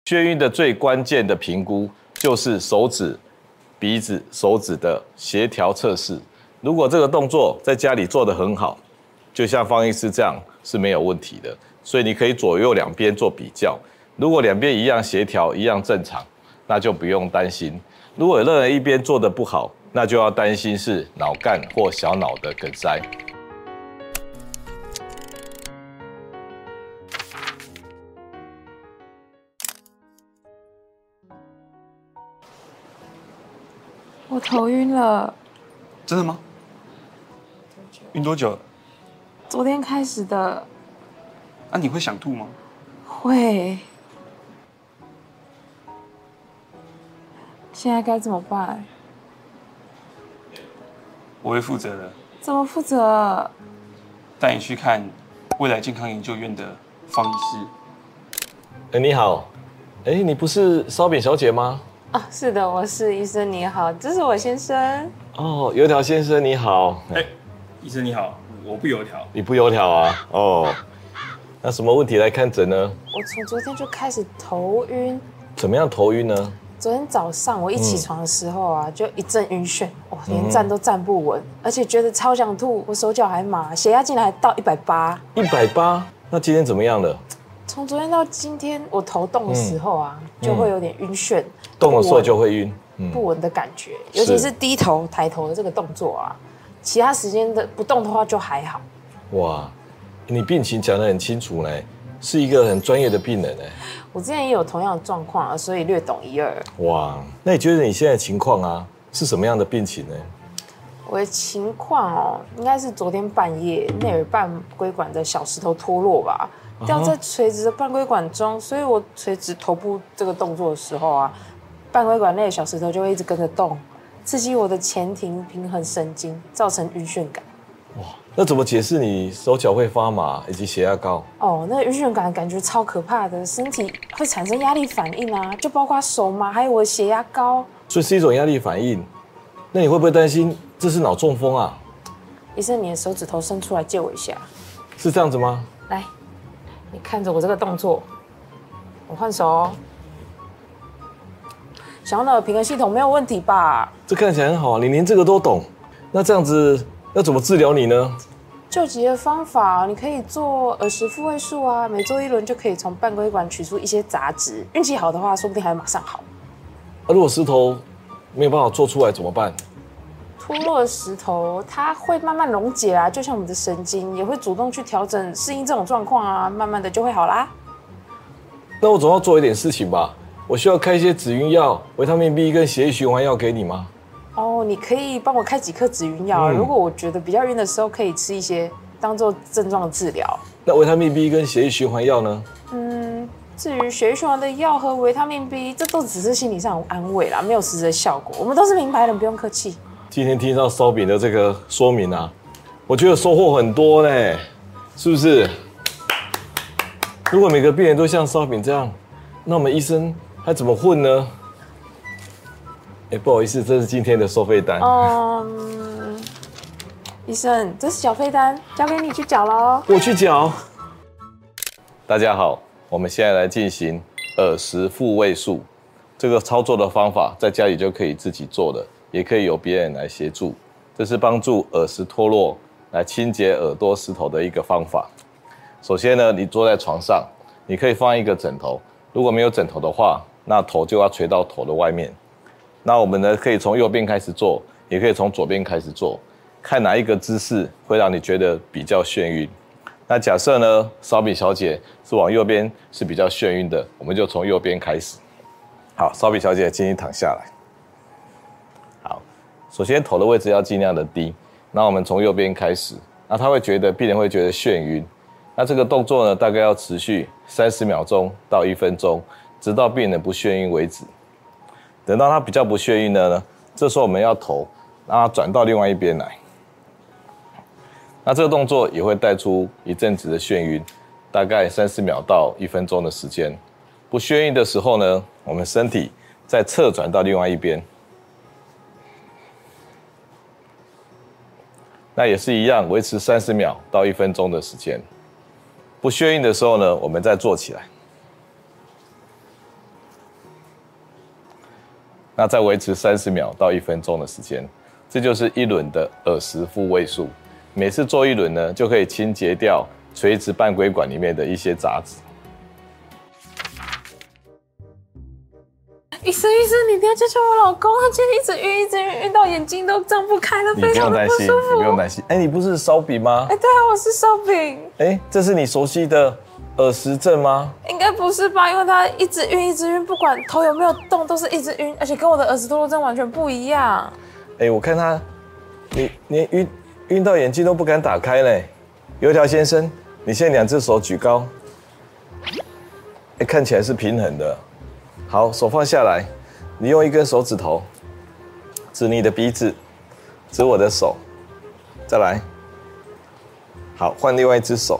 眩晕的最关键的评估就是手指、鼻子、手指的协调测试。如果这个动作在家里做得很好，就像方医师这样是没有问题的。所以你可以左右两边做比较，如果两边一样协调、一样正常，那就不用担心。如果有任何一边做得不好，那就要担心是脑干或小脑的梗塞。 我头晕了。 真的吗？晕多久了？ 昨天开始的。 啊，你会想吐吗？ 会。现在该怎么办？ 我会负责的。 怎么负责？ 带你去看未来健康研究院的方医师。 你好，你不是烧饼小姐吗？ 啊，是的，我是医生，你好，这是我先生。 哦，油条先生你好。 医生你好，我不油条。 你不油条啊？哦，那什么问题来看诊呢？ 我从昨天就开始头晕。 怎么样头晕呢？ 昨天早上我一起床的时候啊，就一阵晕眩，连站都站不稳，而且觉得超想吐，我手脚还麻，血压竟然还到180。 180？那今天怎么样了？ 从昨天到今天，我头动的时候啊，就会有点晕眩， 动的时候就会晕， 不稳的感觉，尤其是低头抬头的这个动作啊，其他时间的不动的话就还好。 哇，你病情讲得很清楚呢，是一个很专业的病人呢。 我之前也有同样的状况啊，所以略懂一二。 哇，那你觉得你现在的情况啊，是什么样的病情呢？ 我的情况哦，应该是昨天半夜内耳半规管的小石头脱落吧，掉在垂直的半规管中，所以我垂直头部这个动作的时候啊，半规管内的小石头就会一直跟着动，刺激我的前庭平衡神经，造成晕眩感。 哇，那怎么解释你手脚会发麻以及血压高？ 哦，那个晕眩感感觉超可怕的，身体会产生压力反应啊，就包括手麻，还有我的血压高。 所以是一种压力反应。那你会不会担心这是脑中风啊？ 医生，你的手指头伸出来借我一下。 是这样子吗？ 来，你看着我这个动作，我换手哦。小脑的平衡系统没有问题吧？ 这看起来很好啊，你连这个都懂。那这样子要怎么治疗你呢？ 救急的方法，你可以做耳石复位术啊，每做1轮就可以从半规管取出一些杂质，运气好的话，说不定还会马上好。 如果石头没有办法做出来怎么办？ 脱落的石头它会慢慢溶解啊，就像我们的神经也会主动去调整适应这种状况啊，慢慢的就会好啦。 那我总要做一点事情吧？我需要开一些止晕药、维他命 B 跟血液循环药给你吗？ 哦，你可以帮我开几颗止晕药，如果我觉得比较晕的时候，可以吃一些当做症状的治疗。 那维他命 B 跟血液循环药呢？ 至于血液循环的药和维他命 B， 这都只是心理上的安慰啦，没有实质的效果。我们都是名牌人，不用客气。 今天听到烧饼的这个说明啊，我觉得收获很多呢，是不是？如果每个病人都像烧饼这样，那我们医生还怎么混呢？不好意思，这是今天的收费单。 医生，这是缴费单，交给你去缴咯。 我去缴。大家好，我们现在来进行耳石复位术。这个操作的方法在家里就可以自己做的，也可以由别人来协助。这是帮助耳石脱落、来清洁耳朵石头的一个方法。首先呢，你坐在床上，你可以放一个枕头。如果没有枕头的话，那头就要垂到头的外面。那我们呢，可以从右边开始做，也可以从左边开始做，看哪一个姿势会让你觉得比较眩晕。那假设呢，烧饼小姐是往右边是比较眩晕的，我们就从右边开始。好，烧饼小姐，请你躺下来。好，首先头的位置要尽量的低。那我们从右边开始，那病人会觉得眩晕。那这个动作呢，大概要持续30秒钟到1分钟，直到病人不眩晕为止。等到他比较不眩晕了呢，这时候我们要头让他转到另外一边来。那这个动作也会带出一阵子的眩晕，大概30秒到1分钟的时间。不眩晕的时候呢，我们身体再侧转到另外一边。那也是一样，维持30秒到1分钟的时间。不眩晕的时候呢，我们再坐起来。 那再维持30秒到1分钟的时间，这就是1轮的耳石复位术。每次做1轮呢，就可以清洁掉垂直半规管里面的一些杂质。 医生，你一定要救救我老公，他今天一直晕到眼睛都张不开了，非常的不舒服。 你不用担心。你不是烧饼吗？ 对啊，我是烧饼。 这是你熟悉的耳石症吗？ 应该不是吧？因为他一直晕，不管头有没有动，都是一直晕，而且跟我的耳石脱落症完全不一样。 我看他，你晕到眼睛都不敢打开嘞。油条先生，你现在2只手举高，看起来是平衡的。好，手放下来，你用1根手指头指你的鼻子，指我的手，再来。好，换另外1只手，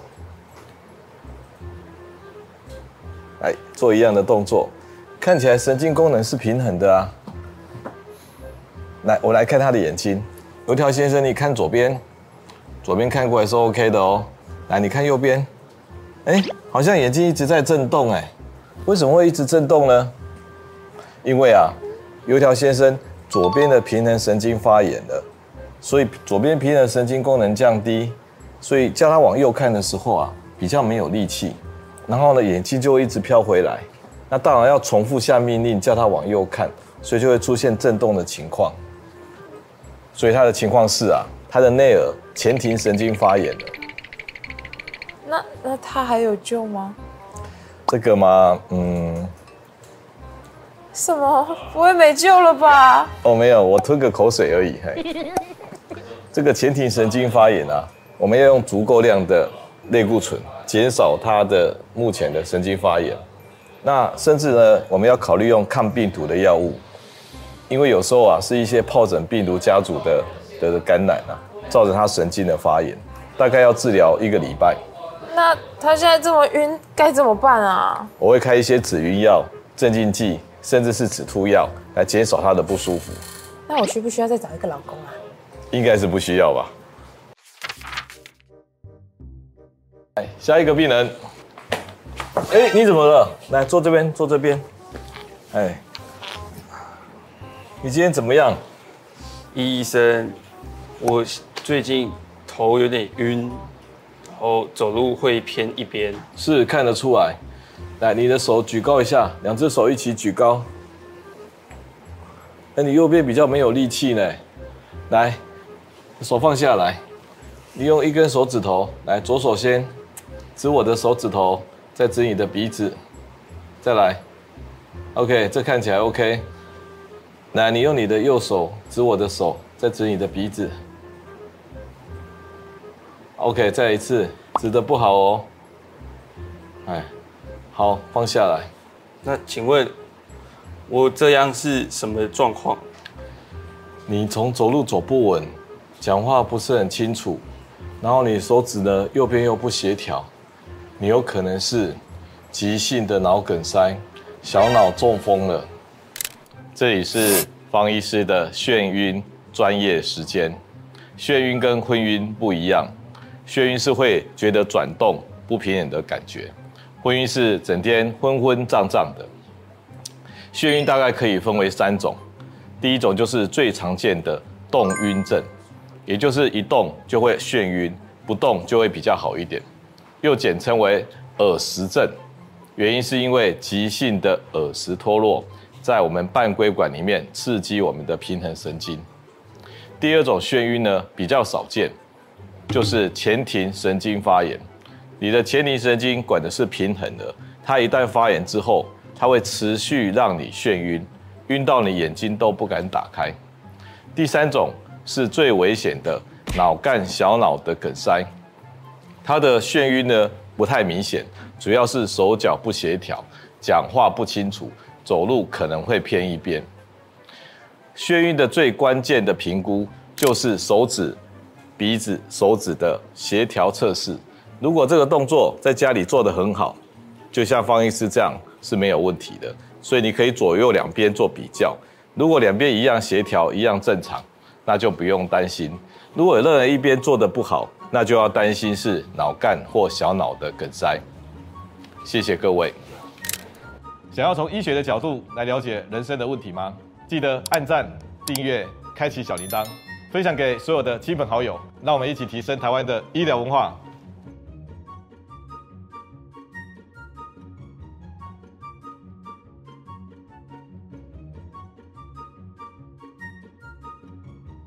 来做一样的动作，看起来神经功能是平衡的啊。来，我来看他的眼睛。油条先生，你看左边看过来是 OK 的哦。来，你看右边，好像眼睛一直在震动为什么会一直震动呢？因为油条先生左边的平衡神经发炎了，所以左边平衡神经功能降低，所以叫他往右看的时候比较没有力气，然后呢眼睛就会一直飘回来，那当然要重复下命令叫他往右看，所以就会出现震动的情况。所以他的情况是他的内耳前庭神经发炎了。 那他还有救吗？ 这个吗？ 什么？不会没救了吧？ 没有，我吞个口水而已。这个前庭神经发炎我们要用足够量的类固醇，减少它的目前的神经发炎。那甚至呢，我们要考虑用抗病毒的药物，因为有时候是一些疱疹病毒家族的感染造成他神经的发炎，大概要治疗1个礼拜。 那他现在这么晕，该怎么办啊？ 我会开一些止晕药、镇静剂，甚至是止吐药，来减少他的不舒服。 那我需不需要再找一个老公啊？ 应该是不需要吧。下一个病人，你怎么了？来坐这边，坐这边。你今天怎么样？ 医生，我最近头有点晕，然后走路会偏一边。 是看得出来。来，你的手举高一下，2只手一起举高。你右边比较没有力气呢。来，手放下来，你用1根手指头，来，左手先指我的手指头，再指你的鼻子，再来。OK， 这看起来 OK。来，你用你的右手指我的手，再指你的鼻子。OK， 再来一次，指得不好哦。好，放下来。 那请问，我这样是什么状况？ 你从走路走不稳，讲话不是很清楚，然后你手指呢右边又不协调，你有可能是急性的脑梗塞，小脑中风了。这里是方医师的眩晕专业时间。眩晕跟昏晕不一样，眩晕是会觉得转动不平衡的感觉，昏晕是整天昏昏胀胀的。眩晕大概可以分为3种，第一种就是最常见的动晕症，也就是一动就会眩晕，不动就会比较好一点，又简称为耳石症，原因是因为急性的耳石脱落在我们半规管里面刺激我们的平衡神经。第二种眩晕呢比较少见，就是前庭神经发炎。你的前庭神经管的是平衡的，它一旦发炎之后，它会持续让你眩晕，晕到你眼睛都不敢打开。第3种是最危险的脑干小脑的梗塞，它的眩晕呢不太明显，主要是手脚不协调，讲话不清楚，走路可能会偏一边。眩晕的最关键的评估就是手指、鼻子、手指的协调测试。如果这个动作在家里做得很好，就像方医师这样是没有问题的。所以你可以左右2边做比较，如果2边一样协调、一样正常，那就不用担心。如果任何一边做得不好，那就要担心是脑干或小脑的梗塞。谢谢各位。想要从医学的角度来了解人生的问题吗？ 记得按赞、订阅、开启小铃铛，分享给所有的亲朋好友，让我们一起提升台湾的医疗文化。